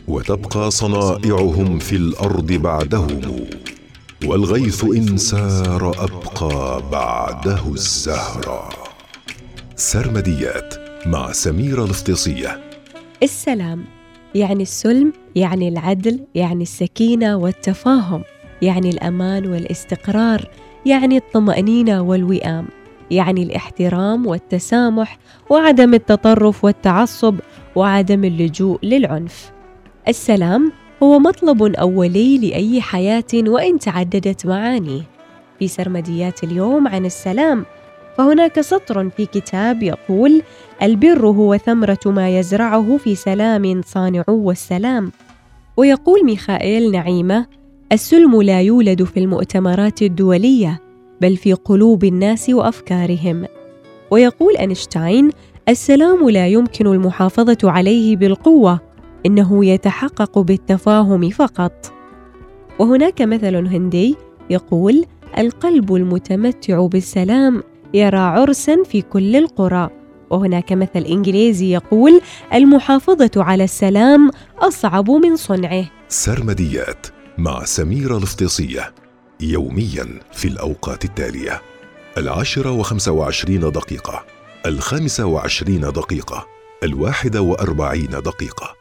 وتبقى صنائعهم في الأرض بعدهم، والغيث إن سار أبقى بعده الزهرة. سرمديات مع سميرة الافتصية. السلام يعني السلم، يعني العدل، يعني السكينة والتفاهم، يعني الأمان والاستقرار، يعني الطمأنينة والوئام، يعني الاحترام والتسامح وعدم التطرف والتعصب وعدم اللجوء للعنف. السلام هو مطلب أولي لأي حياة وإن تعددت معانيه. في سرمديات اليوم عن السلام، فهناك سطر في كتاب يقول: البر هو ثمرة ما يزرعه في سلام صانعو السلام. ويقول ميخائيل نعيمة: السلم لا يولد في المؤتمرات الدولية، بل في قلوب الناس وأفكارهم. ويقول أينشتاين: السلام لا يمكن المحافظة عليه بالقوة، إنه يتحقق بالتفاهم فقط. وهناك مثل هندي يقول: القلب المتمتع بالسلام يرى عرساً في كل القرى. وهناك مثل إنجليزي يقول: المحافظة على السلام أصعب من صنعه. سرمديات مع سميرة الافتصية، يومياً في الأوقات التالية: 10:25 دقيقة، 25 دقيقة، 41 دقيقة.